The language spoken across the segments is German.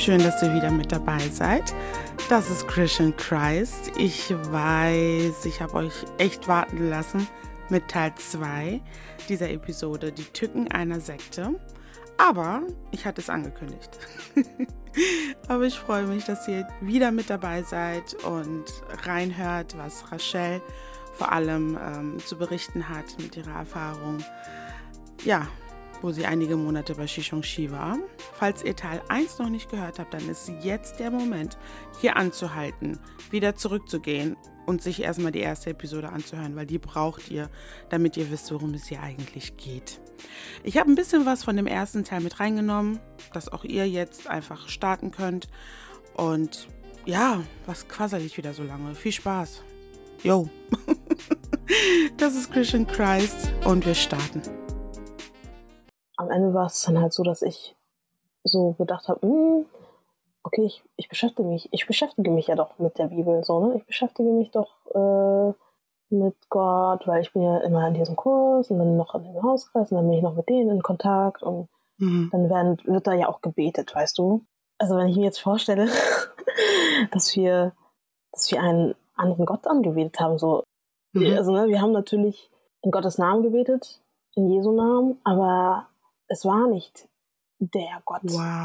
Schön, dass ihr wieder mit dabei seid. Das ist Christian Christ. Ich weiß, ich habe euch echt warten lassen mit Teil 2 dieser Episode, die Tücken einer Sekte. Aber ich hatte es angekündigt. Aber ich freue mich, dass ihr wieder mit dabei seid und reinhört, was Rachel vor allem zu berichten hat mit ihrer Erfahrung. Ja, wo sie einige Monate bei Shishongshi war. Falls ihr Teil 1 noch nicht gehört habt, dann ist jetzt der Moment, hier anzuhalten, wieder zurückzugehen und sich erstmal die erste Episode anzuhören, weil die braucht ihr, damit ihr wisst, worum es hier eigentlich geht. Ich habe ein bisschen was von dem ersten Teil mit reingenommen, dass auch ihr jetzt einfach starten könnt. Und ja, was quassel ich wieder so lange? Viel Spaß. Yo. Das ist Christian Christ und wir starten. Am Ende war es dann halt so, dass ich so gedacht habe, okay, ich beschäftige mich ja doch mit der Bibel, so, ne? Ich beschäftige mich doch mit Gott, weil ich bin ja immer in diesem Kurs und dann noch in dem Hauskreis und dann bin ich noch mit denen in Kontakt und dann wird da ja auch gebetet, weißt du? Also wenn ich mir jetzt vorstelle, dass wir einen anderen Gott angebetet haben, so, also ne, wir haben natürlich in Gottes Namen gebetet, in Jesu Namen, aber es war nicht der Gott,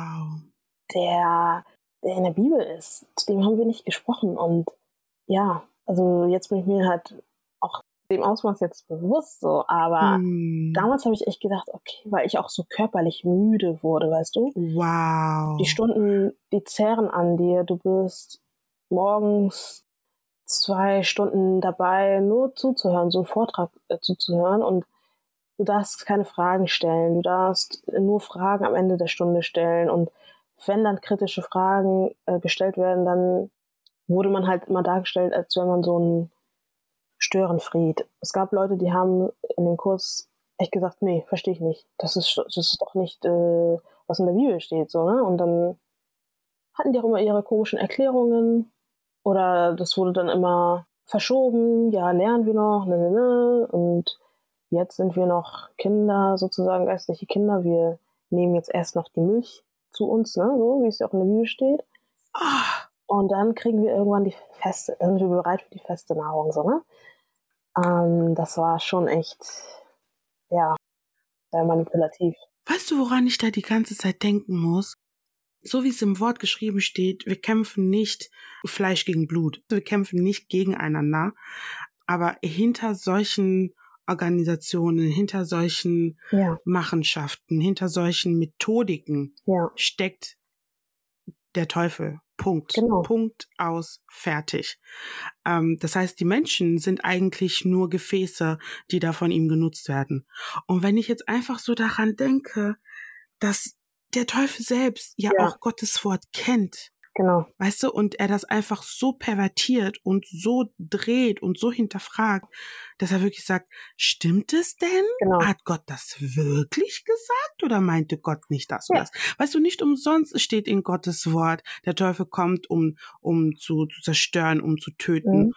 der in der Bibel ist. Zu dem haben wir nicht gesprochen. Und ja, also jetzt bin ich mir halt auch dem Ausmaß jetzt bewusst so. Aber damals habe ich echt gedacht, okay, weil ich auch so körperlich müde wurde, weißt du? Wow. Die Stunden, die zehren an dir. Du bist morgens 2 Stunden dabei, nur zuzuhören, so einen Vortrag zuzuhören und du darfst keine Fragen stellen, du darfst nur Fragen am Ende der Stunde stellen und wenn dann kritische Fragen gestellt werden, dann wurde man halt immer dargestellt, als wäre man so ein Störenfried. Es gab Leute, die haben in dem Kurs echt gesagt, nee, verstehe ich nicht. Das ist doch nicht, was in der Bibel steht, so, ne? Und dann hatten die auch immer ihre komischen Erklärungen oder das wurde dann immer verschoben, ja, lernen wir noch, ne, und jetzt sind wir noch Kinder, sozusagen geistliche Kinder. Wir nehmen jetzt erst noch die Milch zu uns, ne? So wie es ja auch in der Bibel steht. Und dann kriegen wir irgendwann die feste, dann sind wir bereit für die feste Nahrung, so, ne? Das war schon echt, ja, sehr manipulativ. Weißt du, woran ich da die ganze Zeit denken muss? So wie es im Wort geschrieben steht, wir kämpfen nicht Fleisch gegen Blut. Wir kämpfen nicht gegeneinander. Aber hinter solchen Organisationen, hinter solchen Machenschaften, hinter solchen Methodiken steckt der Teufel. Punkt. Genau. Punkt, aus, fertig. Das heißt, die Menschen sind eigentlich nur Gefäße, die da von ihm genutzt werden. Und wenn ich jetzt einfach so daran denke, dass der Teufel selbst ja auch Gottes Wort kennt, genau, weißt du, und er das einfach so pervertiert und so dreht und so hinterfragt, dass er wirklich sagt, stimmt es denn? genau. Hat Gott das wirklich gesagt oder meinte Gott nicht das und das? Weißt du, nicht umsonst steht in Gottes Wort, der Teufel kommt, um zu zerstören, um zu töten,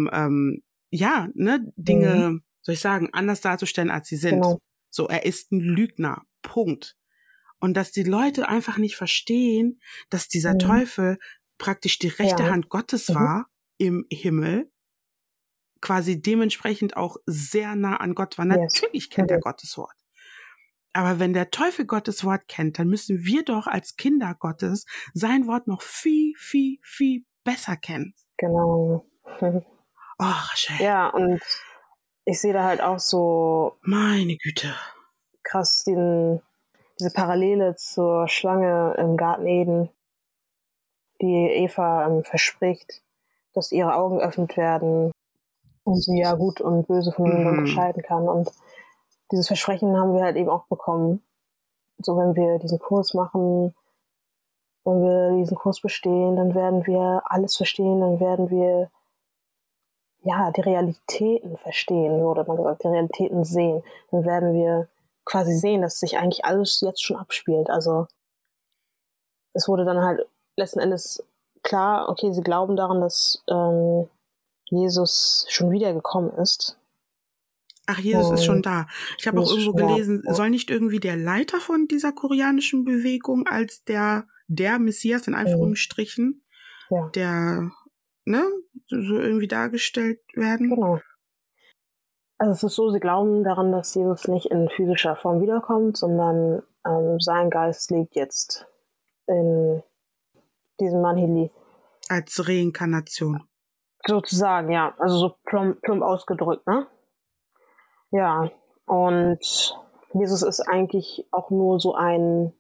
Dinge, soll ich sagen, anders darzustellen, als sie sind. Genau. So, er ist ein Lügner. Punkt. Und dass die Leute einfach nicht verstehen, dass dieser Teufel praktisch die rechte Hand Gottes war im Himmel, quasi dementsprechend auch sehr nah an Gott war. Natürlich kennt er Gottes Wort. Aber wenn der Teufel Gottes Wort kennt, dann müssen wir doch als Kinder Gottes sein Wort noch viel, viel, viel besser kennen. Genau. Oh, Rachel. Ja, und ich sehe da halt auch so meine Güte krass diese Parallele zur Schlange im Garten Eden, die Eva verspricht, dass ihre Augen geöffnet werden und sie ja gut und böse voneinander unterscheiden kann. Und dieses Versprechen haben wir halt eben auch bekommen. So, wenn wir diesen Kurs machen, wenn wir diesen Kurs bestehen, dann werden wir alles verstehen, dann werden wir die Realitäten verstehen, wurde man gesagt, die Realitäten sehen. Dann werden wir quasi sehen, dass sich eigentlich alles jetzt schon abspielt. Also es wurde dann halt letzten Endes klar, okay, sie glauben daran, dass Jesus schon wieder gekommen ist. Ach, Jesus ist schon da. Ich habe auch irgendwo gelesen, soll nicht irgendwie der Leiter von dieser koreanischen Bewegung als der der Messias in Anführungsstrichen, Ja. der, ne, so irgendwie dargestellt werden. Genau. Also es ist so, sie glauben daran, dass Jesus nicht in physischer Form wiederkommt, sondern sein Geist lebt jetzt in diesem Mann Heli. Als Reinkarnation. Sozusagen, ja. Also so plump ausgedrückt, ne? Ja. Und Jesus ist eigentlich auch nur so eine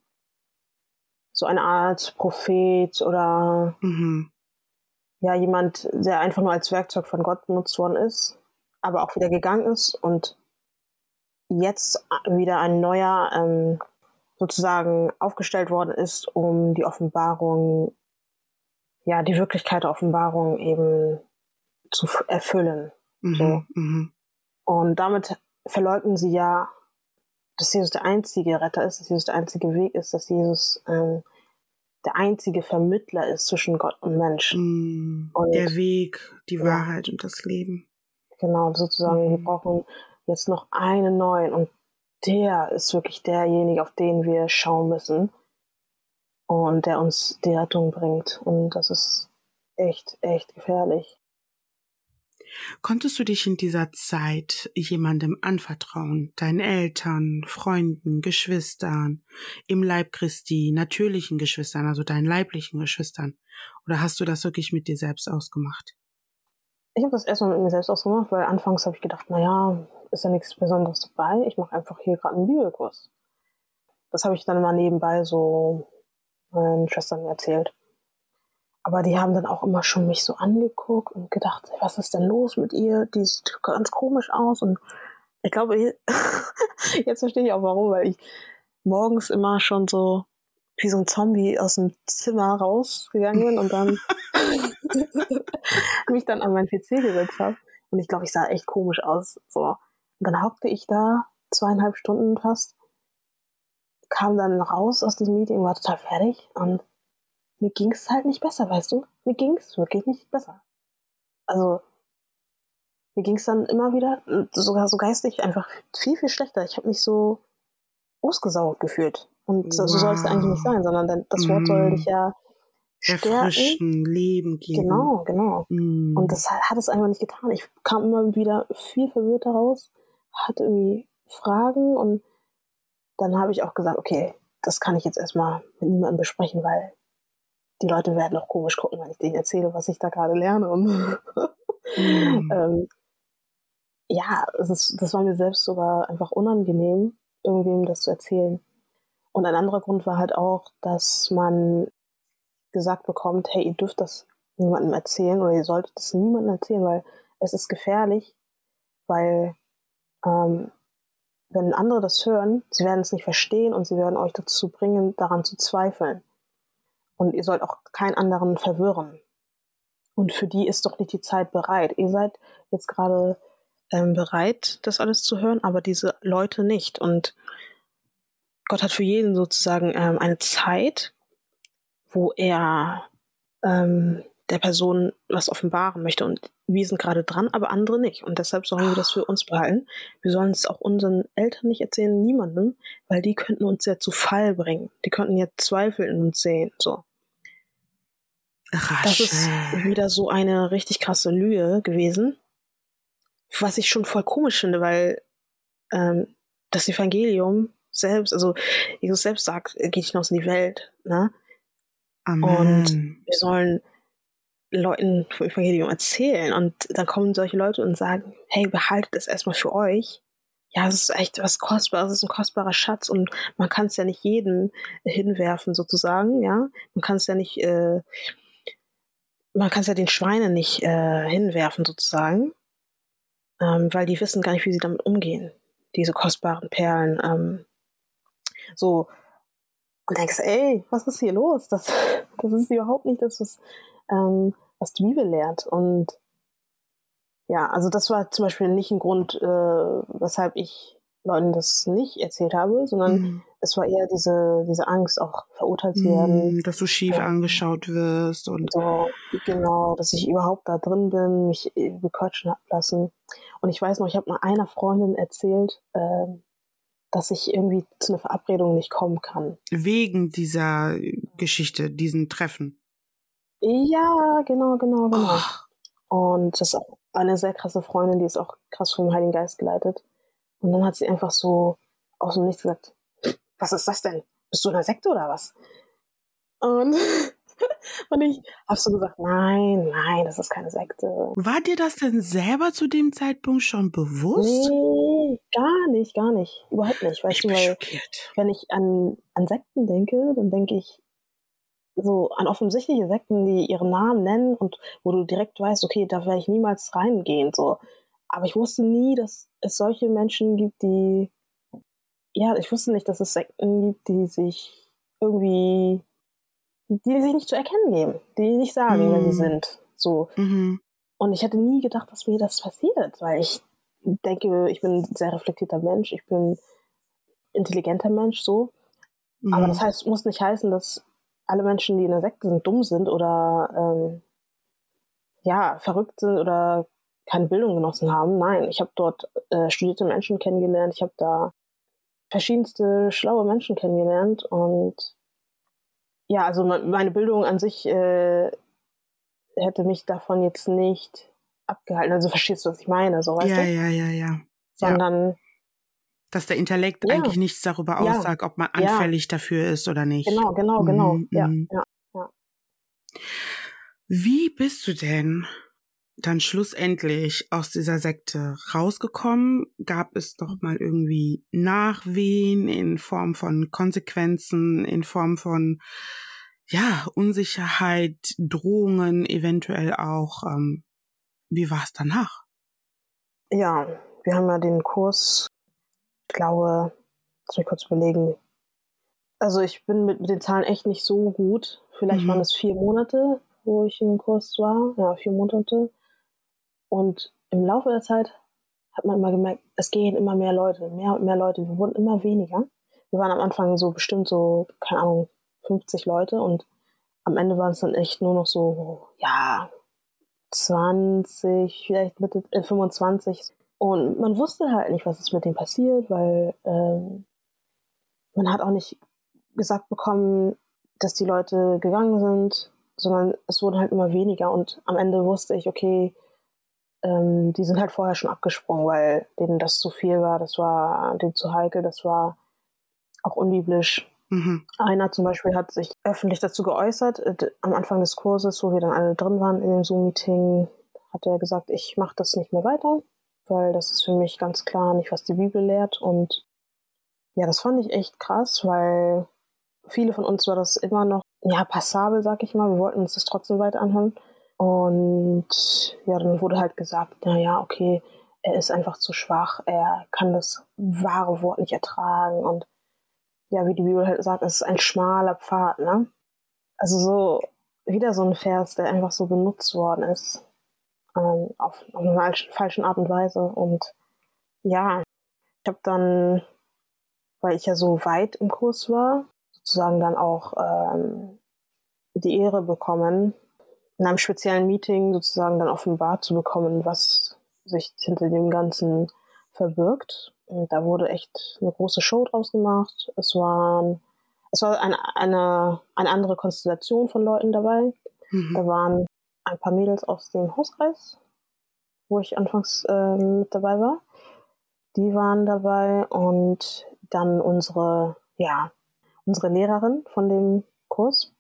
Art Prophet oder ja, jemand, der einfach nur als Werkzeug von Gott benutzt worden ist, aber auch wieder gegangen ist und jetzt wieder ein neuer sozusagen aufgestellt worden ist, um die Offenbarung, ja, die Wirklichkeit der Offenbarung eben zu erfüllen. So. Und damit verleugnen sie ja, dass Jesus der einzige Retter ist, dass Jesus der einzige Weg ist, dass Jesus der einzige Vermittler ist zwischen Gott und Mensch. Und der Weg, die Wahrheit und das Leben. Genau, sozusagen, wir brauchen jetzt noch einen neuen und der ist wirklich derjenige, auf den wir schauen müssen und der uns die Rettung bringt. Und das ist echt, echt gefährlich. Konntest du dich in dieser Zeit jemandem anvertrauen? Deinen Eltern, Freunden, Geschwistern, im Leib Christi, natürlichen Geschwistern, also deinen leiblichen Geschwistern? Oder hast du das wirklich mit dir selbst ausgemacht? Ich habe das erstmal mit mir selbst ausgemacht, weil anfangs habe ich gedacht, naja, ist ja nichts Besonderes dabei. Ich mache einfach hier gerade einen Bibelkurs. Das habe ich dann mal nebenbei so meinen Schwestern erzählt. Aber die haben dann auch immer schon mich so angeguckt und gedacht, was ist denn los mit ihr? Die sieht ganz komisch aus. Und ich glaube, jetzt verstehe ich auch warum, weil ich morgens immer schon so wie so ein Zombie aus dem Zimmer rausgegangen bin und dann mich dann an meinen PC gesetzt habe. Und ich glaube, ich sah echt komisch aus. So. Und dann hockte ich da 2,5 Stunden fast, kam dann raus aus diesem Meeting, war total fertig und mir ging es halt nicht besser, weißt du? Mir ging es wirklich nicht besser. Also, mir ging es dann immer wieder, sogar so geistig, einfach viel, viel schlechter. Ich habe mich so ausgesaugt gefühlt. Und so soll es eigentlich nicht sein, sondern das Wort soll dich ja stärken. Erfrischen, Leben geben. Genau. Und das hat es einfach nicht getan. Ich kam immer wieder viel verwirrter raus, hatte irgendwie Fragen und dann habe ich auch gesagt, okay, das kann ich jetzt erstmal mit niemandem besprechen, weil die Leute werden auch komisch gucken, wenn ich denen erzähle, was ich da gerade lerne. Und ja, das war mir selbst sogar einfach unangenehm, irgendwem das zu erzählen. Und ein anderer Grund war halt auch, dass man gesagt bekommt, hey, ihr dürft das niemandem erzählen oder ihr solltet das niemandem erzählen, weil es ist gefährlich, weil wenn andere das hören, sie werden es nicht verstehen und sie werden euch dazu bringen, daran zu zweifeln. Und ihr sollt auch keinen anderen verwirren. Und für die ist doch nicht die Zeit bereit. Ihr seid jetzt gerade bereit, das alles zu hören, aber diese Leute nicht. Und Gott hat für jeden sozusagen eine Zeit, wo er der Person was offenbaren möchte. Und wir sind gerade dran, aber andere nicht. Und deshalb sollen wir das für uns behalten. Wir sollen es auch unseren Eltern nicht erzählen, niemandem, weil die könnten uns ja zu Fall bringen. Die könnten ja Zweifel in uns sehen. So. Das ist wieder so eine richtig krasse Lüge gewesen, was ich schon voll komisch finde, weil das Evangelium selbst, also Jesus selbst sagt, er geht hinaus in die Welt, ne? Amen. Und wir sollen Leuten vom Evangelium erzählen und dann kommen solche Leute und sagen, hey, behaltet es erstmal für euch. Ja, es ist echt was Kostbares, es ist ein kostbarer Schatz und man kann es ja nicht jedem hinwerfen sozusagen, ja. Man kann es ja nicht den Schweinen nicht hinwerfen sozusagen, weil die wissen gar nicht, wie sie damit umgehen, diese kostbaren Perlen. So, und denkst, ey, was ist hier los? Das ist überhaupt nicht das, was die Bibel lehrt. Und ja, also das war zum Beispiel nicht ein Grund, weshalb ich Leuten das nicht erzählt habe, sondern es war eher diese Angst, auch verurteilt zu werden. Dass du schief angeschaut wirst. Und so, genau, dass ich überhaupt da drin bin, mich bequatschen hab lassen. Und ich weiß noch, ich habe mal einer Freundin erzählt, dass ich irgendwie zu einer Verabredung nicht kommen kann. Wegen dieser Geschichte, diesen Treffen. Ja, genau. Oh. Und das ist auch eine sehr krasse Freundin, die ist auch krass vom Heiligen Geist geleitet. Und dann hat sie einfach so aus dem Nichts gesagt, was ist das denn? Bist du in einer Sekte oder was? Und, und ich habe so gesagt, nein, das ist keine Sekte. War dir das denn selber zu dem Zeitpunkt schon bewusst? Nee, gar nicht. Überhaupt nicht. Weißt Ich du, bin weil schockiert. wenn ich an Sekten denke, dann denke ich so an offensichtliche Sekten, die ihren Namen nennen und wo du direkt weißt, okay, da werde ich niemals reingehen. So. Aber ich wusste nie, dass es solche Menschen gibt, ich wusste nicht, dass es Sekten gibt, die sich irgendwie, die sich nicht zu erkennen geben, die nicht sagen, wer sie sind. So. Mhm. Und ich hätte nie gedacht, dass mir das passiert, weil ich denke, ich bin ein sehr reflektierter Mensch, ich bin ein intelligenter Mensch, so. Aber das muss nicht heißen, dass alle Menschen, die in der Sekte sind, dumm sind oder verrückt sind oder keine Bildung genossen haben. Nein, ich habe dort studierte Menschen kennengelernt, ich habe da verschiedenste schlaue Menschen kennengelernt und ja, also meine Bildung an sich hätte mich davon jetzt nicht abgehalten. Also verstehst du, was ich meine, so weißt du? Ja. Sondern dass der Intellekt ja, eigentlich nichts darüber ja, aussagt, ob man ja, anfällig dafür ist oder nicht. genau, ja. Wie bist du denn dann schlussendlich aus dieser Sekte rausgekommen? Gab es doch mal irgendwie Nachwehen in Form von Konsequenzen, in Form von Unsicherheit, Drohungen, eventuell auch? Wie war es danach? Ja, wir haben ja den Kurs, ich glaube, lass mich kurz überlegen. Also ich bin mit den Zahlen echt nicht so gut. Vielleicht waren es 4 Monate, wo ich im Kurs war. Ja, 4 Monate. Und im Laufe der Zeit hat man immer gemerkt, es gehen immer mehr Leute, mehr und mehr Leute. Wir wurden immer weniger. Wir waren am Anfang so bestimmt so, keine Ahnung, 50 Leute und am Ende waren es dann echt nur noch so, 20, vielleicht Mitte 25. Und man wusste halt nicht, was ist mit denen passiert, weil man hat auch nicht gesagt bekommen, dass die Leute gegangen sind, sondern es wurden halt immer weniger. Und am Ende wusste ich, okay, die sind halt vorher schon abgesprungen, weil denen das zu viel war, das war denen zu heikel, das war auch unbiblisch. Einer zum Beispiel hat sich öffentlich dazu geäußert, am Anfang des Kurses, wo wir dann alle drin waren in dem Zoom-Meeting, hat er gesagt, ich mache das nicht mehr weiter, weil das ist für mich ganz klar nicht, was die Bibel lehrt. Und ja, das fand ich echt krass, weil viele von uns war das immer noch, passabel, sag ich mal. Wir wollten uns das trotzdem weiter anhören. Und ja, dann wurde halt gesagt, okay, er ist einfach zu schwach, er kann das wahre Wort nicht ertragen. Und ja, wie die Bibel halt sagt, es ist ein schmaler Pfad, ne? Also so, wieder so ein Vers, der einfach so benutzt worden ist, auf eine falsche Art und Weise. Und ja, ich habe dann, weil ich ja so weit im Kurs war, sozusagen dann auch die Ehre bekommen, in einem speziellen Meeting sozusagen dann offenbart zu bekommen, was sich hinter dem Ganzen verbirgt. Und da wurde echt eine große Show draus gemacht. Es war eine andere Konstellation von Leuten dabei. Da waren ein paar Mädels aus dem Hauskreis, wo ich anfangs mit dabei war. Die waren dabei und dann unsere Lehrerin von dem Kurs.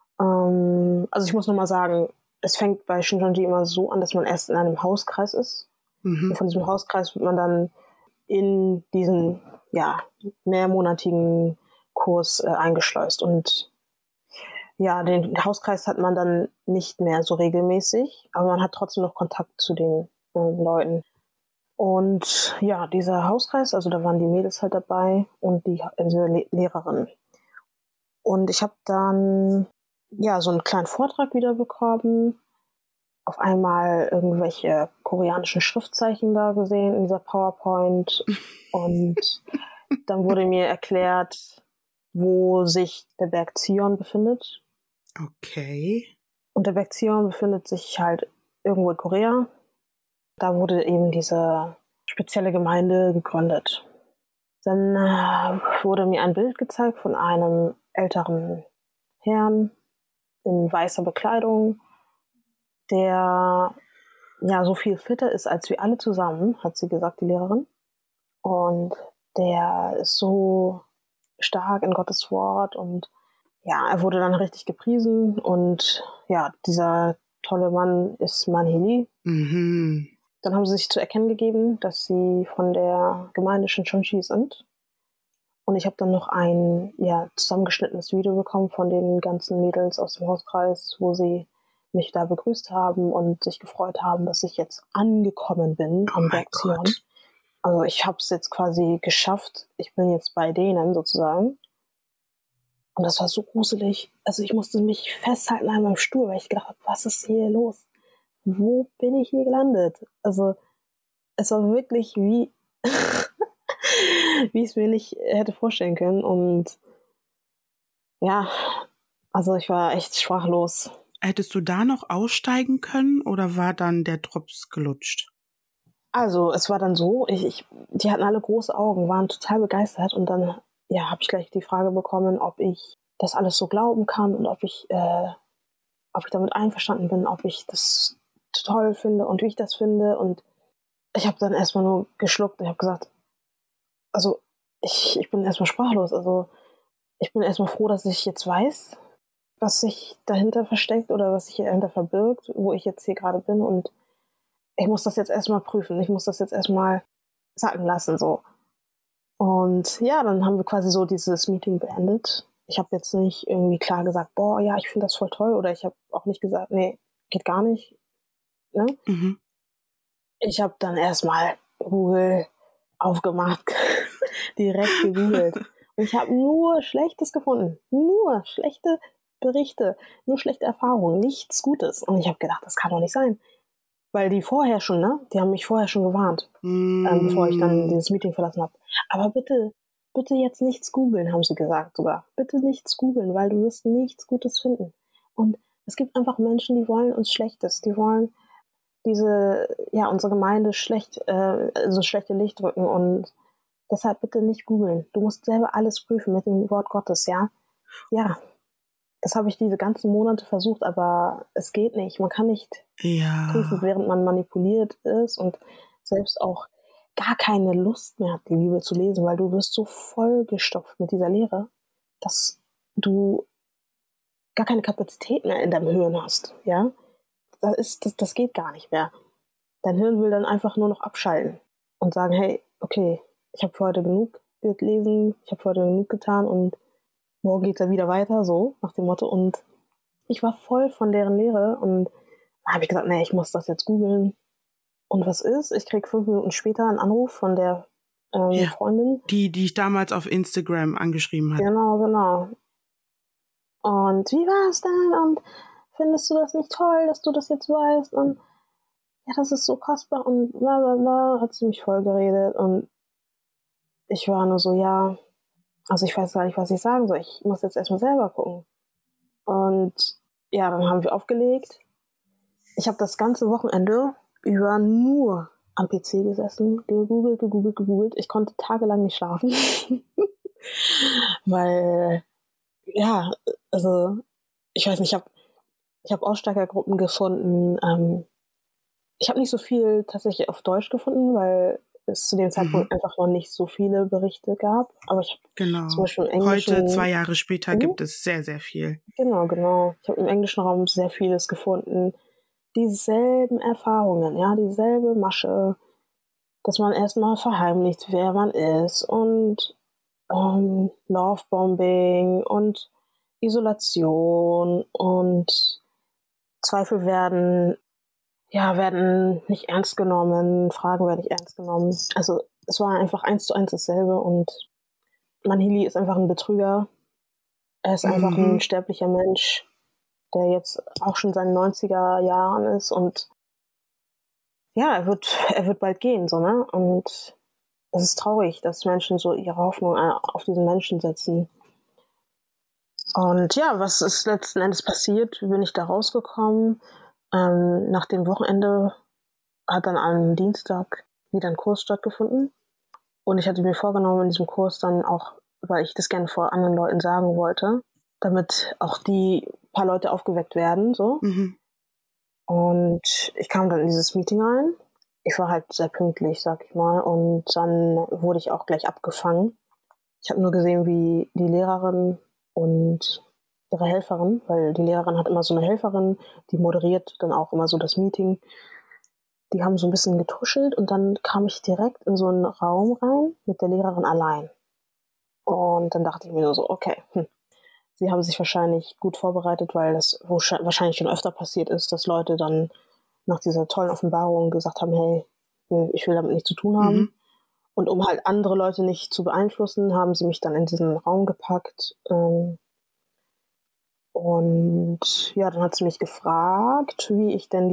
Also ich muss nochmal sagen, es fängt bei Shinjonji immer so an, dass man erst in einem Hauskreis ist. Und von diesem Hauskreis wird man dann in diesen mehrmonatigen Kurs eingeschleust. Und ja, den Hauskreis hat man dann nicht mehr so regelmäßig, aber man hat trotzdem noch Kontakt zu den Leuten. Und ja, dieser Hauskreis, also da waren die Mädels halt dabei und die Lehrerin. Und ich habe dann so einen kleinen Vortrag wieder bekommen, auf einmal irgendwelche koreanischen Schriftzeichen da gesehen in dieser PowerPoint und dann wurde mir erklärt, wo sich der Berg Zion befindet. Okay. Und der Berg Zion befindet sich halt irgendwo in Korea. Da wurde eben diese spezielle Gemeinde gegründet. Dann wurde mir ein Bild gezeigt von einem älteren Herrn in weißer Bekleidung, der ja so viel fitter ist als wir alle zusammen, hat sie gesagt, die Lehrerin. Und der ist so stark in Gottes Wort und ja, er wurde dann richtig gepriesen und ja, dieser tolle Mann ist Manhili. Mhm. Dann haben sie sich zu erkennen gegeben, dass sie von der Gemeinde Shinchonji sind. Und ich habe dann noch ein zusammengeschnittenes Video bekommen von den ganzen Mädels aus dem Hauskreis, wo sie mich da begrüßt haben und sich gefreut haben, dass ich jetzt angekommen bin am Berg Zion. Also ich habe es jetzt quasi geschafft. Ich bin jetzt bei denen sozusagen. Und das war so gruselig. Also ich musste mich festhalten an meinem Stuhl, weil ich gedacht habe, was ist hier los? Wo bin ich hier gelandet? Also es war wirklich wie ich es mir nicht hätte vorstellen können. Und ja, also ich war echt sprachlos. Hättest du da noch aussteigen können oder war dann der Drops gelutscht? Also es war dann so, die hatten alle große Augen, waren total begeistert und dann habe ich gleich die Frage bekommen, ob ich das alles so glauben kann und ob ich damit einverstanden bin, ob ich das toll finde und wie ich das finde. Und ich habe dann erstmal nur geschluckt. Ich habe gesagt, also ich bin erstmal sprachlos. Also ich bin erstmal froh, dass ich jetzt weiß, was sich dahinter versteckt oder was sich dahinter verbirgt, wo ich jetzt hier gerade bin. Und ich muss das jetzt erstmal prüfen. Ich muss das jetzt erstmal sacken lassen. So. Und ja, dann haben wir quasi so dieses Meeting beendet. Ich habe jetzt nicht irgendwie klar gesagt, boah, ja, ich finde das voll toll. Oder ich habe auch nicht gesagt, nee, geht gar nicht. Ne? Mhm. Ich habe dann erstmal Google aufgemacht, direkt gegoogelt. Und ich habe nur Schlechtes gefunden. Nur schlechte Berichte, nur schlechte Erfahrungen, nichts Gutes. Und ich habe gedacht, das kann doch nicht sein. Weil die vorher schon, die haben mich vorher schon gewarnt, bevor ich dann dieses Meeting verlassen habe. Aber bitte jetzt nichts googeln, haben sie gesagt sogar. Bitte nichts googeln, weil du wirst nichts Gutes finden. Und es gibt einfach Menschen, die wollen uns Schlechtes. Die wollen unsere Gemeinde so schlechte Licht drücken und deshalb bitte nicht googeln. Du musst selber alles prüfen mit dem Wort Gottes, ja? Ja, das habe ich diese ganzen Monate versucht, aber es geht nicht. Man kann nicht prüfen, während man manipuliert ist und selbst auch gar keine Lust mehr hat, die Bibel zu lesen, weil du wirst so vollgestopft mit dieser Lehre, dass du gar keine Kapazität mehr in deinem Hirn hast, ja? Das geht gar nicht mehr. Dein Hirn will dann einfach nur noch abschalten und sagen, hey, okay, ich habe für heute genug gelesen, ich habe für heute genug getan und morgen geht es ja wieder weiter, so nach dem Motto. Und ich war voll von deren Lehre und da habe ich gesagt, nee, ich muss das jetzt googeln. Und was ist? Ich kriege 5 Minuten später einen Anruf von der Freundin. Die ich damals auf Instagram angeschrieben habe. Genau. Und wie war es denn? Und findest du das nicht toll, dass du das jetzt weißt? Und ja, das ist so kostbar und bla bla bla, hat sie mich voll geredet. Und ich war nur so, ja, also ich weiß gar nicht, was ich sagen soll. Ich muss jetzt erstmal selber gucken. Und ja, dann haben wir aufgelegt. Ich habe das ganze Wochenende über nur am PC gesessen, gegoogelt. Ich konnte tagelang nicht schlafen. Weil, ja, also, ich weiß nicht, ich hab Aussteigergruppen gefunden. Ich habe nicht so viel tatsächlich auf Deutsch gefunden, weil es zu dem Zeitpunkt einfach noch nicht so viele Berichte gab. Aber ich habe zum Beispiel im Englischen... Heute, 2 Jahre später, gibt es sehr, sehr viel. Genau. Ich habe im englischen Raum sehr vieles gefunden. Dieselben Erfahrungen, ja, dieselbe Masche, dass man erstmal verheimlicht, wer man ist und Lovebombing und Isolation und Zweifel werden nicht ernst genommen, Fragen werden nicht ernst genommen. Also es war einfach 1:1 dasselbe und Manhili ist einfach ein Betrüger. Er ist einfach ein sterblicher Mensch, der jetzt auch schon in seinen 90er Jahren ist und ja, er wird bald gehen, so, ne? Und es ist traurig, dass Menschen so ihre Hoffnung auf diesen Menschen setzen. Und ja, was ist letzten Endes passiert? Wie bin ich da rausgekommen? Nach dem Wochenende hat dann am Dienstag wieder ein Kurs stattgefunden. Und ich hatte mir vorgenommen, in diesem Kurs dann auch, weil ich das gerne vor anderen Leuten sagen wollte, damit auch die paar Leute aufgeweckt werden, so. Und ich kam dann in dieses Meeting rein. Ich war halt sehr pünktlich, sag ich mal, und dann wurde ich auch gleich abgefangen. Ich habe nur gesehen, wie die Lehrerin und ihre Helferin, weil die Lehrerin hat immer so eine Helferin, die moderiert dann auch immer so das Meeting. Die haben so ein bisschen getuschelt und dann kam ich direkt in so einen Raum rein mit der Lehrerin allein. Und dann dachte ich mir nur so, okay, sie haben sich wahrscheinlich gut vorbereitet, weil das wahrscheinlich schon öfter passiert ist, dass Leute dann nach dieser tollen Offenbarung gesagt haben, hey, ich will damit nichts zu tun haben. Und um halt andere Leute nicht zu beeinflussen, haben sie mich dann in diesen Raum gepackt. Und ja, dann hat sie mich gefragt, wie ich denn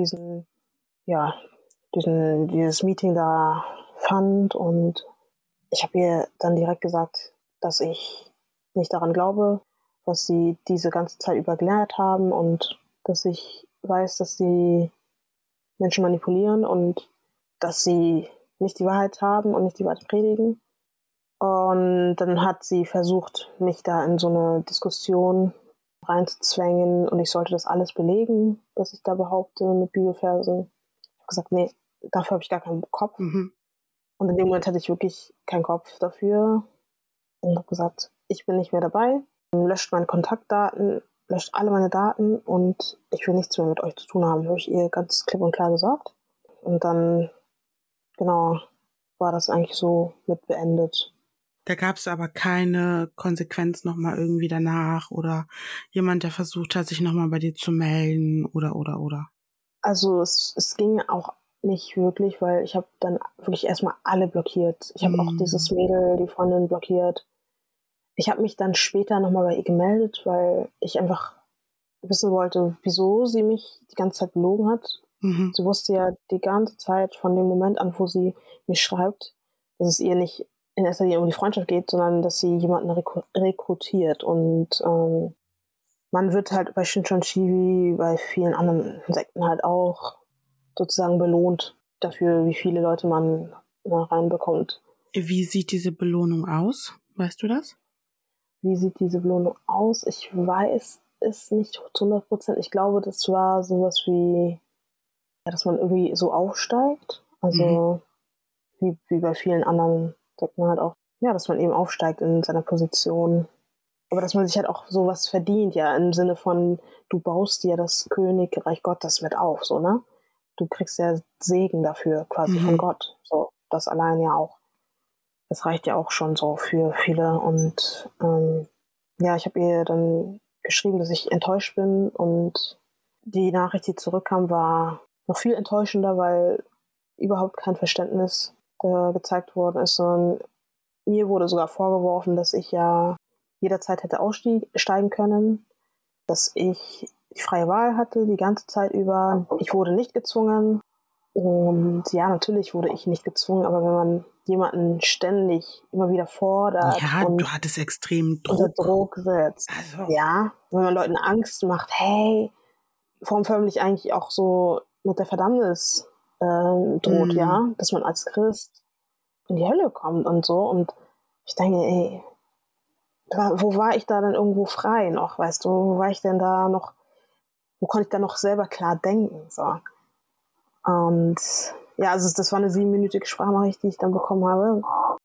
dieses Meeting da fand. Und ich habe ihr dann direkt gesagt, dass ich nicht daran glaube, was sie diese ganze Zeit über gelernt haben und dass ich weiß, dass sie Menschen manipulieren und dass sie nicht die Wahrheit haben und nicht die Wahrheit predigen. Und dann hat sie versucht, mich da in so eine Diskussion reinzuzwängen und ich sollte das alles belegen, was ich da behaupte mit Bibelversen. Ich habe gesagt, nee, dafür habe ich gar keinen Kopf. Und in dem Moment hatte ich wirklich keinen Kopf dafür und habe gesagt, ich bin nicht mehr dabei, löscht meine Kontaktdaten, löscht alle meine Daten und ich will nichts mehr mit euch zu tun haben, habe ich ihr ganz klipp und klar gesagt. Und dann, genau, war das eigentlich so mit beendet. Da gab es aber keine Konsequenz nochmal irgendwie danach oder jemand, der versucht hat, sich nochmal bei dir zu melden oder. Also es ging auch nicht wirklich, weil ich habe dann wirklich erstmal alle blockiert. Ich habe auch dieses Mädel, die Freundin blockiert. Ich habe mich dann später nochmal bei ihr gemeldet, weil ich einfach wissen wollte, wieso sie mich die ganze Zeit belogen hat. Sie wusste ja die ganze Zeit von dem Moment an, wo sie mir schreibt, dass es ihr nicht in erster Linie um die Freundschaft geht, sondern dass sie jemanden rekrutiert. Und man wird halt bei Shinchonshi wie bei vielen anderen Sekten halt auch sozusagen belohnt dafür, wie viele Leute man reinbekommt. Wie sieht diese Belohnung aus? Weißt du das? Wie sieht diese Belohnung aus? Ich weiß es nicht zu 100%. Ich glaube, das war sowas wie, ja, dass man irgendwie so aufsteigt. Also wie bei vielen anderen sagt man halt auch, ja, dass man eben aufsteigt in seiner Position. Aber dass man sich halt auch sowas verdient, ja, im Sinne von, du baust dir das Königreich Gottes mit auf, so, ne? Du kriegst ja Segen dafür quasi von Gott. So, das allein ja auch. Das reicht ja auch schon so für viele. Und ja, ich habe ihr dann geschrieben, dass ich enttäuscht bin. Und die Nachricht, die zurückkam, war noch viel enttäuschender, weil überhaupt kein Verständnis da gezeigt worden ist, sondern mir wurde sogar vorgeworfen, dass ich ja jederzeit hätte aussteigen können, dass ich die freie Wahl hatte die ganze Zeit über. Ich wurde nicht gezwungen. Und ja, natürlich wurde ich nicht gezwungen, aber wenn man jemanden ständig immer wieder fordert und du hattest extrem unter Druck. Druck setzt, ja, wenn man Leuten Angst macht, hey, formförmlich eigentlich auch so mit der Verdammnis droht, ja, dass man als Christ in die Hölle kommt und so. Und ich denke, ey, wo war ich da denn irgendwo frei noch, weißt du? Wo war ich denn da noch, wo konnte ich da noch selber klar denken, so. Und ja, also das war eine 7-minütige Sprachnachricht, die ich dann bekommen habe.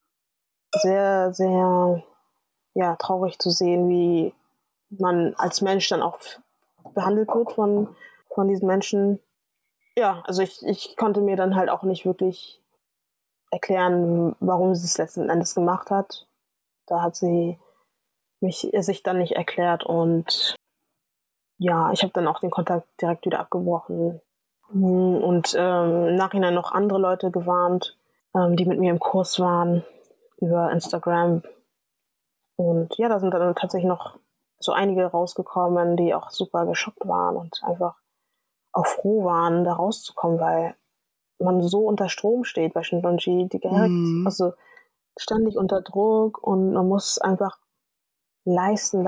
Sehr, sehr, ja, traurig zu sehen, wie man als Mensch dann auch behandelt wird von diesen Menschen. Ja, also ich konnte mir dann halt auch nicht wirklich erklären, warum sie es letzten Endes gemacht hat. Da hat sie sich dann nicht erklärt und ja, ich habe dann auch den Kontakt direkt wieder abgebrochen und im Nachhinein noch andere Leute gewarnt, die mit mir im Kurs waren über Instagram. Und ja, da sind dann tatsächlich noch so einige rausgekommen, die auch super geschockt waren und einfach auch froh waren, da rauszukommen, weil man so unter Strom steht bei Shinronji, direkt, also ständig unter Druck und man muss einfach leisten,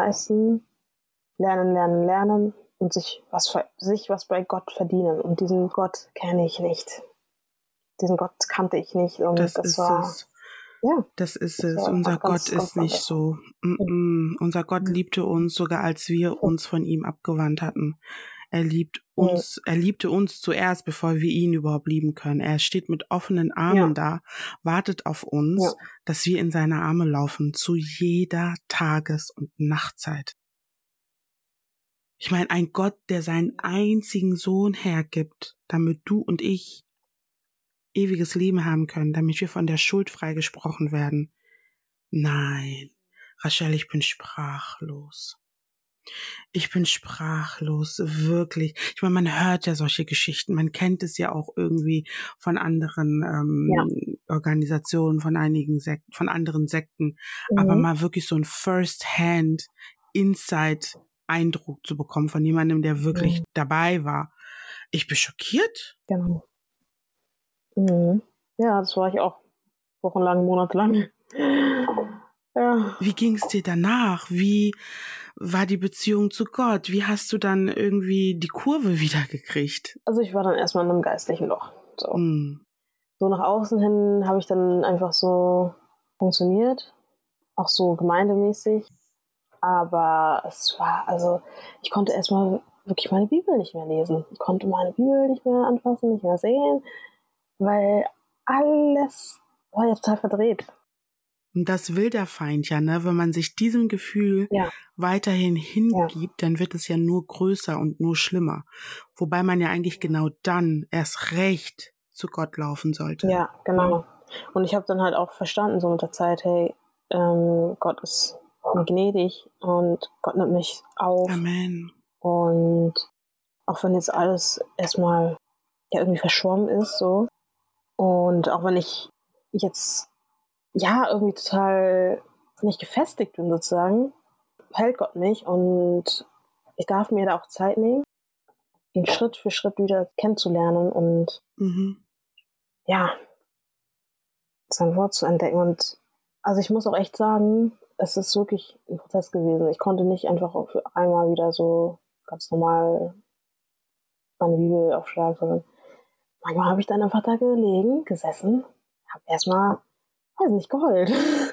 lernen und sich was bei Gott verdienen. Und diesen Gott kenne ich nicht. Diesen Gott kannte ich nicht und das war es. Ja. Das ist Das es. war Unser auch ganz, Gott ganz ist nicht anders. so. Unser Gott liebte uns, sogar als wir uns von ihm abgewandt hatten. Er liebte uns zuerst, bevor wir ihn überhaupt lieben können. Er steht mit offenen Armen Ja, da, wartet auf ja, uns, dass wir in seine Arme laufen, zu jeder Tages- und Nachtzeit. Ich meine, ein Gott, der seinen einzigen Sohn hergibt, damit du und ich ewiges Leben haben können, damit wir von der Schuld freigesprochen werden. Nein, Rachel, ich bin sprachlos. Ich bin sprachlos, wirklich. Ich meine, man hört ja solche Geschichten, man kennt es ja auch irgendwie von anderen ja. Organisationen, von einigen Sekten, von anderen Sekten, aber Mhm. mal wirklich so ein First-Hand Inside-Eindruck zu bekommen von jemandem, der wirklich dabei war. Ich bin schockiert. Genau. Mhm. Ja, das war ich auch wochenlang, monatelang. Ja. Wie ging es dir danach? Wie war die Beziehung zu Gott? Wie hast du dann irgendwie die Kurve wieder gekriegt? Also ich war dann erstmal in einem geistlichen Loch. So. Hm. So nach außen hin habe ich dann einfach so funktioniert, auch so gemeindemäßig. Aber es war, also ich konnte erstmal wirklich meine Bibel nicht mehr lesen. Ich konnte meine Bibel nicht mehr anfassen, nicht mehr sehen, weil alles war ja total verdreht. Und das will der Feind ja, ne? Wenn man sich diesem Gefühl Ja, weiterhin ja, hingibt, dann wird es ja nur größer und nur schlimmer. Wobei man ja eigentlich genau dann erst recht zu Gott laufen sollte. ja, genau. Und ich habe dann halt auch verstanden, so mit der Zeit, hey, Gott ist mir gnädig und Gott nimmt mich auf. Amen. Und auch wenn jetzt alles erstmal ja irgendwie verschwommen ist, so. Und auch wenn ich jetzt ja irgendwie total nicht gefestigt bin, sozusagen, hält Gott mich und ich darf mir da auch Zeit nehmen, ihn Schritt für Schritt wieder kennenzulernen und ja, sein Wort zu entdecken. Und also ich muss auch echt sagen, es ist wirklich ein Prozess gewesen. Ich konnte nicht einfach auf einmal wieder so ganz normal meine Bibel aufschlagen, sondern manchmal habe ich dann einfach da gelegen, gesessen, habe erstmal, weiß nicht, geheult.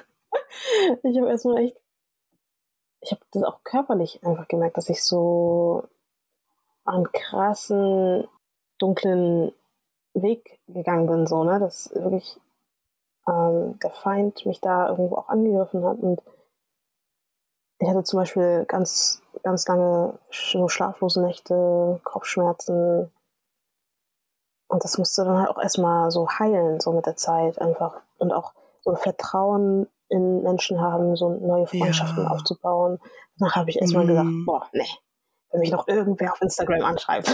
Ich habe erstmal echt, ich habe das auch körperlich einfach gemerkt, dass ich so einen krassen, dunklen Weg gegangen bin, so, ne, dass wirklich der Feind mich da irgendwo auch angegriffen hat. Und ich hatte zum Beispiel ganz, ganz lange so schlaflose Nächte, Kopfschmerzen. Und das musste dann halt auch erstmal so heilen, so mit der Zeit einfach. Und auch so Vertrauen in Menschen haben, so neue Freundschaften Ja. aufzubauen. Danach habe ich erstmal gesagt, boah, nee, wenn mich noch irgendwer auf Instagram anschreibt.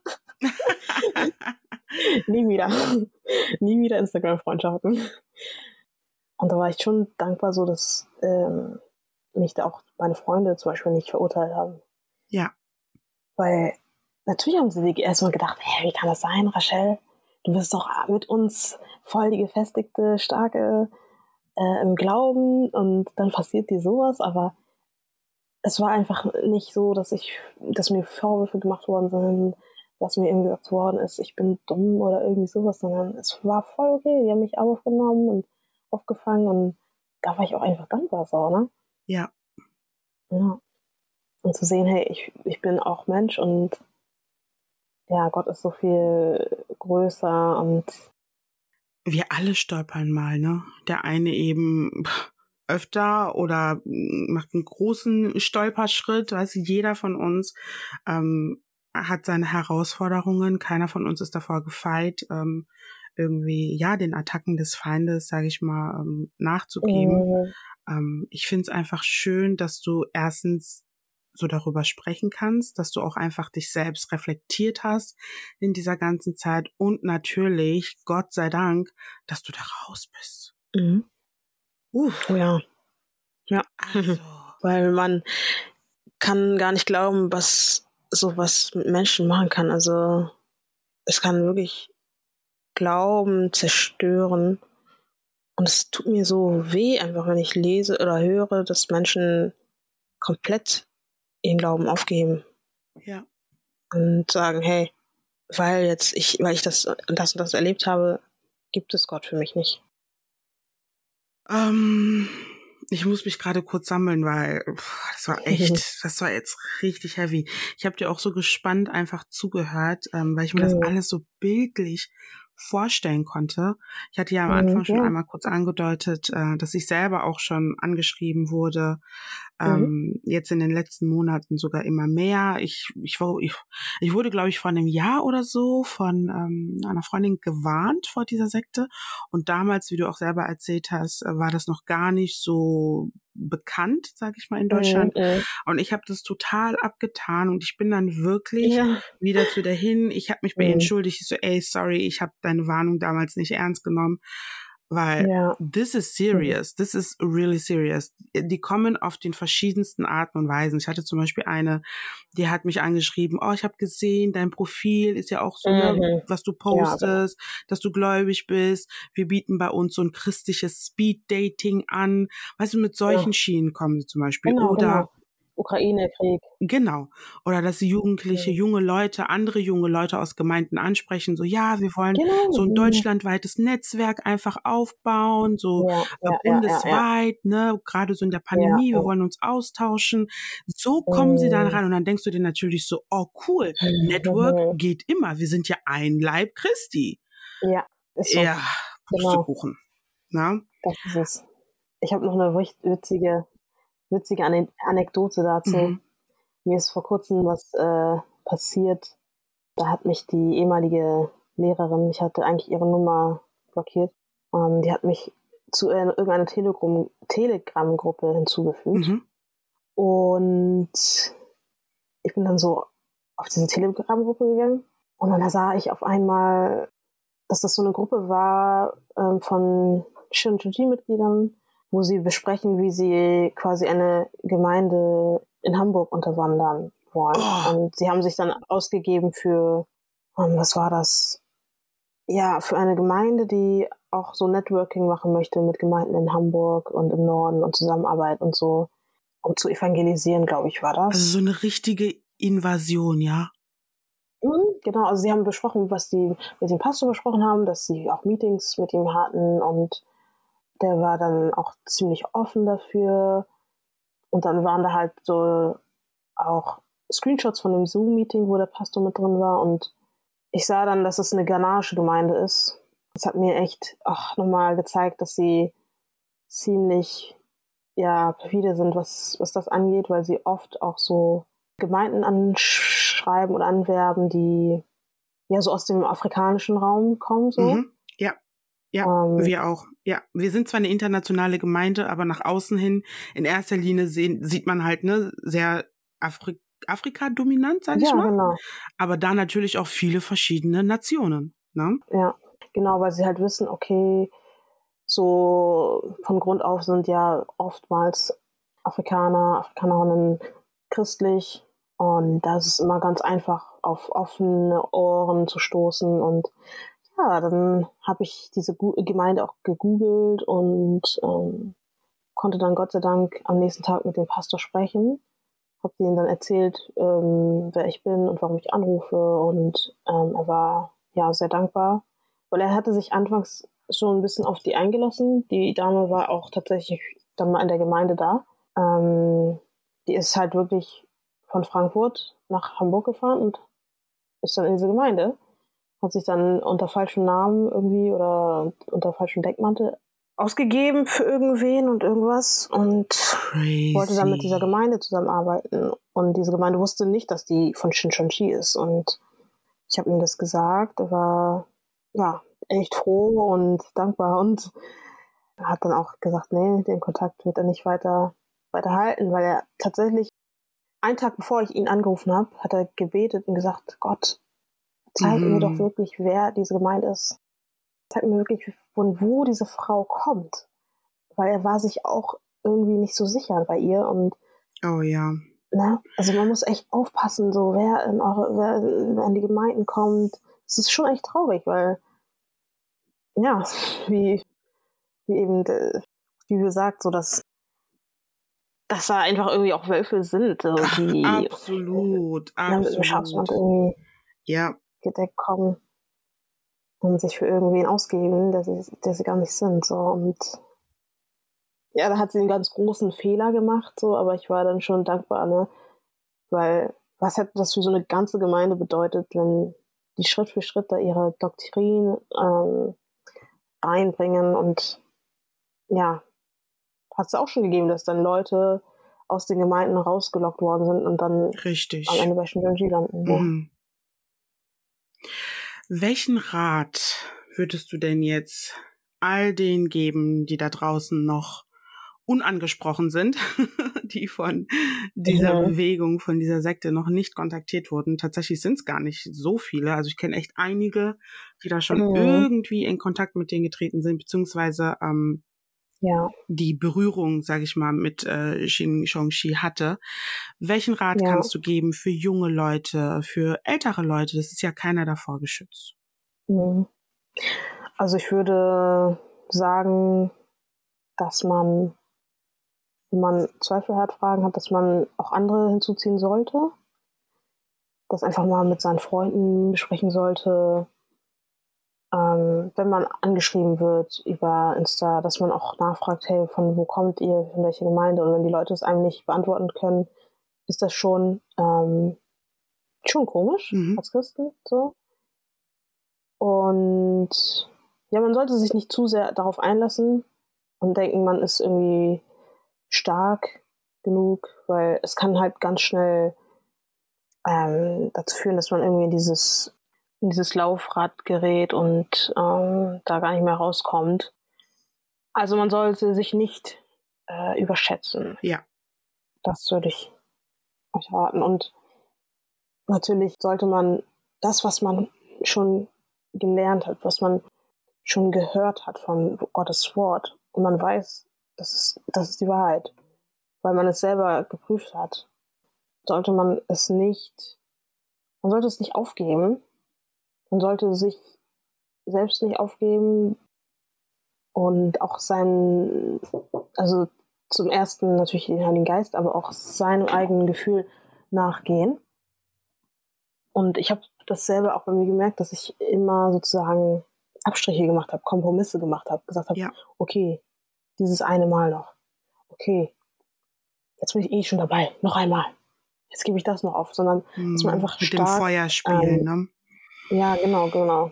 Nie wieder. Nie wieder Instagram-Freundschaften. Und da war ich schon dankbar, so dass mich da auch meine Freunde zum Beispiel nicht verurteilt haben. Ja. Weil natürlich haben sie sich erstmal gedacht, hey, wie kann das sein, Rachel? Du bist doch mit uns voll die gefestigte, starke im Glauben und dann passiert dir sowas, aber es war einfach nicht so, dass mir Vorwürfe gemacht worden sind, dass mir irgendwie gesagt worden ist, ich bin dumm oder irgendwie sowas, sondern es war voll okay. Die haben mich aufgenommen und aufgefangen und da war ich auch einfach dankbar so, ne? Ja. Ja. Und zu sehen, hey, ich bin auch Mensch und ja, Gott ist so viel größer und Wir alle stolpern mal, ne? Der eine eben öfter oder macht einen großen Stolperschritt, weißt du, jeder von uns hat seine Herausforderungen, keiner von uns ist davor gefeit, irgendwie, ja, den Attacken des Feindes, sage ich mal, nachzugeben. Ich finde es einfach schön, dass du erstens so darüber sprechen kannst, dass du auch einfach dich selbst reflektiert hast in dieser ganzen Zeit und natürlich, Gott sei Dank, dass du da raus bist. Oh ja. Ja. Also, Weil man kann gar nicht glauben, was sowas mit Menschen machen kann. Also es kann wirklich Glauben zerstören. Und es tut mir so weh, einfach wenn ich lese oder höre, dass Menschen komplett ihren Glauben aufgeben ja. und sagen, hey, weil ich das und das erlebt habe, gibt es Gott für mich nicht. Ähm, Ich muss mich gerade kurz sammeln, weil das war jetzt richtig heavy. Ich habe dir auch so gespannt einfach zugehört, weil ich mir das alles so bildlich vorstellen konnte. Ich hatte ja am Anfang schon Ja. einmal kurz angedeutet, dass ich selber auch schon angeschrieben wurde, jetzt in den letzten Monaten sogar immer mehr. Ich wurde, glaube ich, vor einem Jahr oder so von einer Freundin gewarnt vor dieser Sekte. Und damals, wie du auch selber erzählt hast, war das noch gar nicht so bekannt, sage ich mal, in Deutschland. Und ich habe das total abgetan und ich bin dann wirklich Ja. wieder zu der hin. Ich habe mich bei ihr entschuldigt. Ich so, ey, sorry, ich habe deine Warnung damals nicht ernst genommen, weil this is serious. This is really serious. Die kommen auf den verschiedensten Arten und Weisen. Ich hatte zum Beispiel eine, die hat mich angeschrieben, oh, ich habe gesehen, dein Profil ist ja auch so, ne, was du postest, dass du gläubig bist. Wir bieten bei uns so ein christliches Speed-Dating an. Weißt du, mit solchen Schienen kommen sie zum Beispiel. Oder Ukraine-Krieg. genau. Oder dass sie junge Leute, andere junge Leute aus Gemeinden ansprechen, so, ja, wir wollen so ein deutschlandweites Netzwerk einfach aufbauen, so bundesweit, ne, gerade so in der Pandemie, wir wollen uns austauschen. So kommen sie dann rein und dann denkst du dir natürlich so, oh cool, Network geht immer, wir sind ja ein Leib Christi. Ja, ist so. Ja, Pustekuchen. Na? Das ist es. Ich habe noch eine witzige Anekdote dazu. Mir ist vor kurzem was passiert. Da hat mich die ehemalige Lehrerin, ich hatte eigentlich ihre Nummer blockiert, die hat mich zu irgendeiner Telegram-Gruppe hinzugefügt. Und ich bin dann so auf diese Telegram-Gruppe gegangen und dann sah ich auf einmal, dass das so eine Gruppe war von Shinjuji-Mitgliedern, wo sie besprechen, wie sie quasi eine Gemeinde in Hamburg unterwandern wollen. Und sie haben sich dann ausgegeben für, was war das? Ja, für eine Gemeinde, die auch so Networking machen möchte mit Gemeinden in Hamburg und im Norden und Zusammenarbeit und so, um zu evangelisieren, glaube ich, war das. Also so eine richtige Invasion, ja? Genau, also sie haben besprochen, was sie mit dem Pastor besprochen haben, dass sie auch Meetings mit ihm hatten und der war dann auch ziemlich offen dafür. Und dann waren da halt so auch Screenshots von dem Zoom-Meeting, wo der Pastor mit drin war. Und ich sah dann, dass es eine ghanaische Gemeinde ist. Das hat mir echt nochmal gezeigt, dass sie ziemlich perfide sind, was das angeht, weil sie oft auch so Gemeinden anschreiben oder anwerben, die ja so aus dem afrikanischen Raum kommen. So. Ja, wir auch. Ja, wir sind zwar eine internationale Gemeinde, aber nach außen hin in erster Linie sieht man halt, ne, sehr Afrika-dominant, sag ich mal. Genau. Aber da natürlich auch viele verschiedene Nationen, ne? Ja, genau, weil sie halt wissen, okay, so von Grund auf sind ja oftmals Afrikanerinnen christlich und da ist es immer ganz einfach, auf offene Ohren zu stoßen und ja, dann habe ich diese Gemeinde auch gegoogelt und konnte dann Gott sei Dank am nächsten Tag mit dem Pastor sprechen. Habe denen dann erzählt, wer ich bin und warum ich anrufe und er war sehr dankbar, weil er hatte sich anfangs schon ein bisschen auf die eingelassen. Die Dame war auch tatsächlich dann mal in der Gemeinde da. Die ist halt wirklich von Frankfurt nach Hamburg gefahren und ist dann in diese Gemeinde. Hat sich dann unter falschem Namen irgendwie oder unter falschem Deckmantel ausgegeben für irgendwen und irgendwas und wollte dann mit dieser Gemeinde zusammenarbeiten. Und diese Gemeinde wusste nicht, dass die von Shincheonji ist. Und ich habe ihm das gesagt. Er war echt froh und dankbar und er hat dann auch gesagt, nee, den Kontakt wird er nicht weiter halten, weil er tatsächlich einen Tag bevor ich ihn angerufen habe, hat er gebetet und gesagt, Gott, zeig mir doch wirklich, wer diese Gemeinde ist. Zeig mir wirklich, von wo diese Frau kommt. Weil er war sich auch irgendwie nicht so sicher bei ihr. Und ne? Also man muss echt aufpassen, so wer in die Gemeinden kommt. Es ist schon echt traurig, weil wie eben die Bibel sagt, so dass da einfach irgendwie auch Wölfe sind, so, die absolut. mit dem Schafsband irgendwie gedeckt kommen und sich für irgendwen ausgeben, der sie gar nicht sind. So. Und ja, da hat sie einen ganz großen Fehler gemacht, so, aber ich war dann schon dankbar, ne? Weil was hätte das für so eine ganze Gemeinde bedeutet, wenn die Schritt für Schritt da ihre Doktrin reinbringen und ja, hat es auch schon gegeben, dass dann Leute aus den Gemeinden rausgelockt worden sind und dann Richtig. am Ende bei Shinjonji landen. Ja. Mhm. Welchen Rat würdest du denn jetzt all denen geben, die da draußen noch unangesprochen sind, die von dieser Bewegung, von dieser Sekte noch nicht kontaktiert wurden? Tatsächlich sind es gar nicht so viele. Also ich kenne echt einige, die da schon irgendwie in Kontakt mit denen getreten sind, beziehungsweise die Berührung, sage ich mal, mit Shin Shongshi hatte. Welchen Rat kannst du geben für junge Leute, für ältere Leute? Das ist ja keiner davor geschützt. Also ich würde sagen, dass man, wenn man Zweifel hat, Fragen hat, dass man auch andere hinzuziehen sollte. Das einfach mal mit seinen Freunden besprechen sollte. Wenn man angeschrieben wird über Insta, dass man auch nachfragt, hey, von wo kommt ihr, von welcher Gemeinde? Und wenn die Leute es einem nicht beantworten können, ist das schon komisch als Christen. So. Und ja, man sollte sich nicht zu sehr darauf einlassen und denken, man ist irgendwie stark genug, weil es kann halt ganz schnell dazu führen, dass man irgendwie in dieses Laufrad gerät und da gar nicht mehr rauskommt. Also man sollte sich nicht überschätzen. Ja. Das würde ich euch raten. Und natürlich sollte man das, was man schon gelernt hat, was man schon gehört hat von Gottes Wort und man weiß, das ist die Wahrheit, weil man es selber geprüft hat, sollte man es nicht aufgeben. Man sollte sich selbst nicht aufgeben und auch also zum ersten natürlich den Heiligen Geist, aber auch seinem eigenen Gefühl nachgehen. Und ich habe das selber auch bei mir gemerkt, dass ich immer sozusagen Abstriche gemacht habe, Kompromisse gemacht habe, gesagt habe, okay, dieses eine Mal noch. Okay, jetzt bin ich schon dabei, noch einmal. Jetzt gebe ich das noch auf, sondern dass man einfach mit stark, dem Feuer spielen, ne? Ja, genau.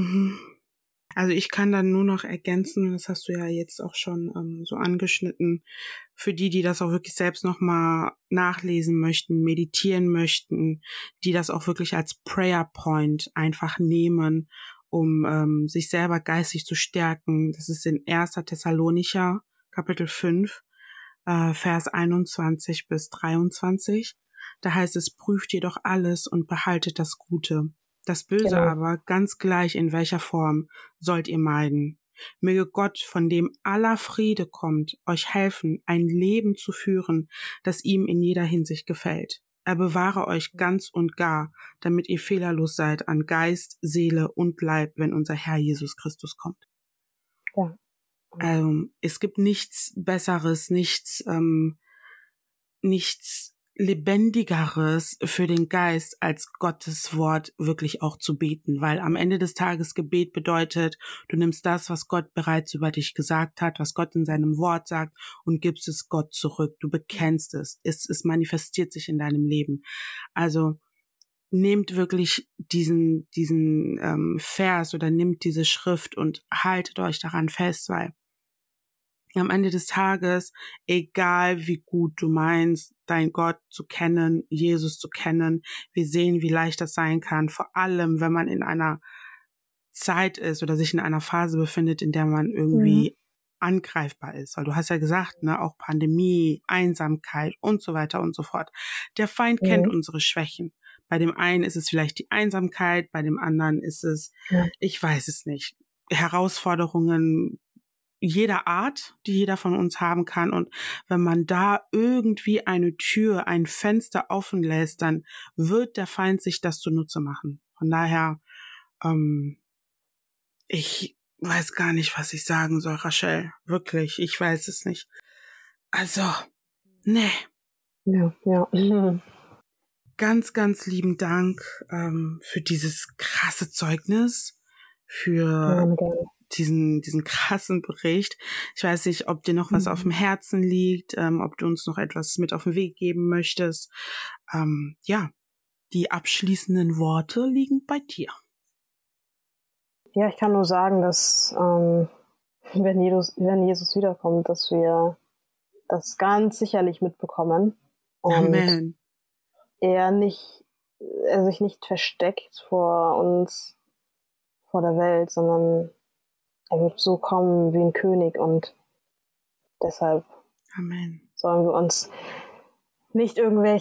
Also ich kann dann nur noch ergänzen, das hast du ja jetzt auch schon so angeschnitten, für die das auch wirklich selbst nochmal nachlesen möchten, meditieren möchten, die das auch wirklich als Prayer Point einfach nehmen, um sich selber geistig zu stärken. Das ist in 1. Thessalonicher, Kapitel 5, Vers 21 bis 23. Da heißt es, prüft jedoch alles und behaltet das Gute. Das Böse aber, ganz gleich in welcher Form, sollt ihr meiden. Möge Gott, von dem aller Friede kommt, euch helfen, ein Leben zu führen, das ihm in jeder Hinsicht gefällt. Er bewahre euch ganz und gar, damit ihr fehlerlos seid an Geist, Seele und Leib, wenn unser Herr Jesus Christus kommt. Ja. Es gibt nichts Besseres, nichts Lebendigeres für den Geist, als Gottes Wort wirklich auch zu beten, weil am Ende des Tages Gebet bedeutet, du nimmst das, was Gott bereits über dich gesagt hat, was Gott in seinem Wort sagt und gibst es Gott zurück. Du bekennst es manifestiert sich in deinem Leben. Also nehmt wirklich diesen Vers oder nehmt diese Schrift und haltet euch daran fest, weil am Ende des Tages, egal wie gut du meinst, dein Gott zu kennen, Jesus zu kennen, wir sehen, wie leicht das sein kann, vor allem, wenn man in einer Zeit ist oder sich in einer Phase befindet, in der man irgendwie angreifbar ist. Weil du hast ja gesagt, ne, auch Pandemie, Einsamkeit und so weiter und so fort. Der Feind kennt unsere Schwächen. Bei dem einen ist es vielleicht die Einsamkeit, bei dem anderen ist es, ich weiß es nicht, Herausforderungen jeder Art, die jeder von uns haben kann. Und wenn man da irgendwie eine Tür, ein Fenster offen lässt, dann wird der Feind sich das zunutze machen. Von daher, ich weiß gar nicht, was ich sagen soll, Rachel. Wirklich, ich weiß es nicht. Also, nee. Ja. Ganz, ganz lieben Dank für dieses krasse Zeugnis, für diesen krassen Bericht. Ich weiß nicht, ob dir noch was auf dem Herzen liegt, ob du uns noch etwas mit auf den Weg geben möchtest. Die abschließenden Worte liegen bei dir. Ja, ich kann nur sagen, dass wenn Jesus wiederkommt, dass wir das ganz sicherlich mitbekommen. Und Amen. er sich nicht versteckt vor uns, vor der Welt, sondern er wird so kommen wie ein König und deshalb Amen. sollen wir nicht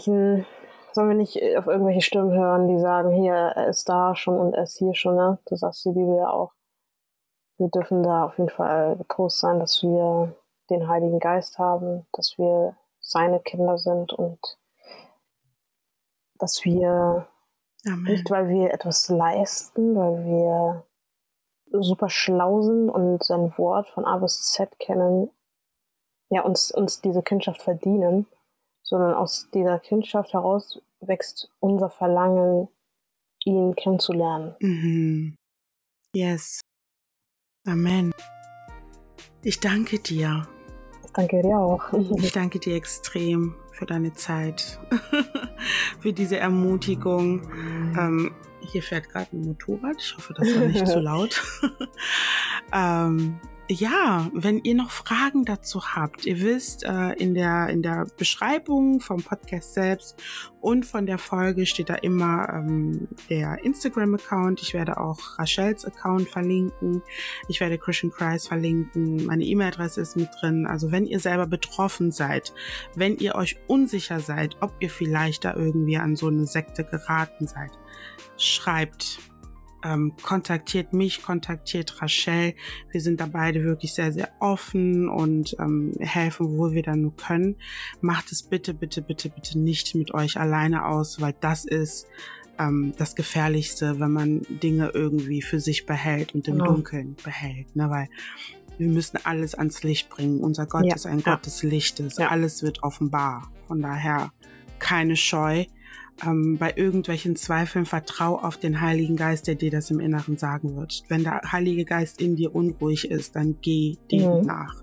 auf irgendwelche Stimmen hören, die sagen, hier, er ist da schon und er ist hier schon, ne? Du sagst die Bibel ja auch. Wir dürfen da auf jeden Fall getrost sein, dass wir den Heiligen Geist haben, dass wir seine Kinder sind und dass wir Amen. nicht, weil wir etwas leisten, weil wir super schlau sind und sein Wort von A bis Z kennen, ja, uns diese Kindschaft verdienen, sondern aus dieser Kindschaft heraus wächst unser Verlangen, ihn kennenzulernen. Mhm. Yes. Amen. Ich danke dir. Ich danke dir auch. Ich danke dir extrem für deine Zeit, für diese Ermutigung. Hier fährt gerade ein Motorrad. Ich hoffe, das war nicht zu laut. Wenn ihr noch Fragen dazu habt, ihr wisst, in der Beschreibung vom Podcast selbst und von der Folge steht da immer der Instagram-Account. Ich werde auch Rachels Account verlinken. Ich werde Christian Christ verlinken. Meine E-Mail-Adresse ist mit drin. Also wenn ihr selber betroffen seid, wenn ihr euch unsicher seid, ob ihr vielleicht da irgendwie an so eine Sekte geraten seid, schreibt. Kontaktiert mich, kontaktiert Rachel. Wir sind da beide wirklich sehr, sehr offen und helfen, wo wir dann nur können. Macht es bitte, bitte, bitte, bitte nicht mit euch alleine aus, weil das ist das Gefährlichste, wenn man Dinge irgendwie für sich behält und im Dunkeln behält. Ne? Weil wir müssen alles ans Licht bringen. Unser Gott ist ein Gott des Lichtes. Ja. Alles wird offenbar. Von daher keine Scheu. Bei irgendwelchen Zweifeln vertrau auf den Heiligen Geist, der dir das im Inneren sagen wird. Wenn der Heilige Geist in dir unruhig ist, dann geh dem nach.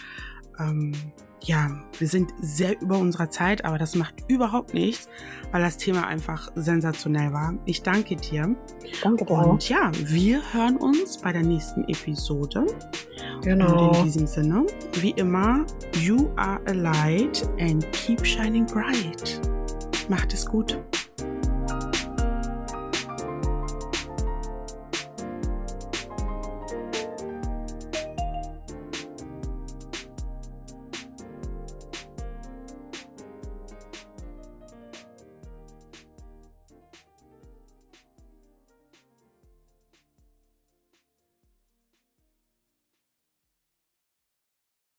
Wir sind sehr über unserer Zeit, aber das macht überhaupt nichts, weil das Thema einfach sensationell war. Ich danke dir. Danke dir. Und wir hören uns bei der nächsten Episode. Genau. Und in diesem Sinne, wie immer, you are a light and keep shining bright. Macht es gut.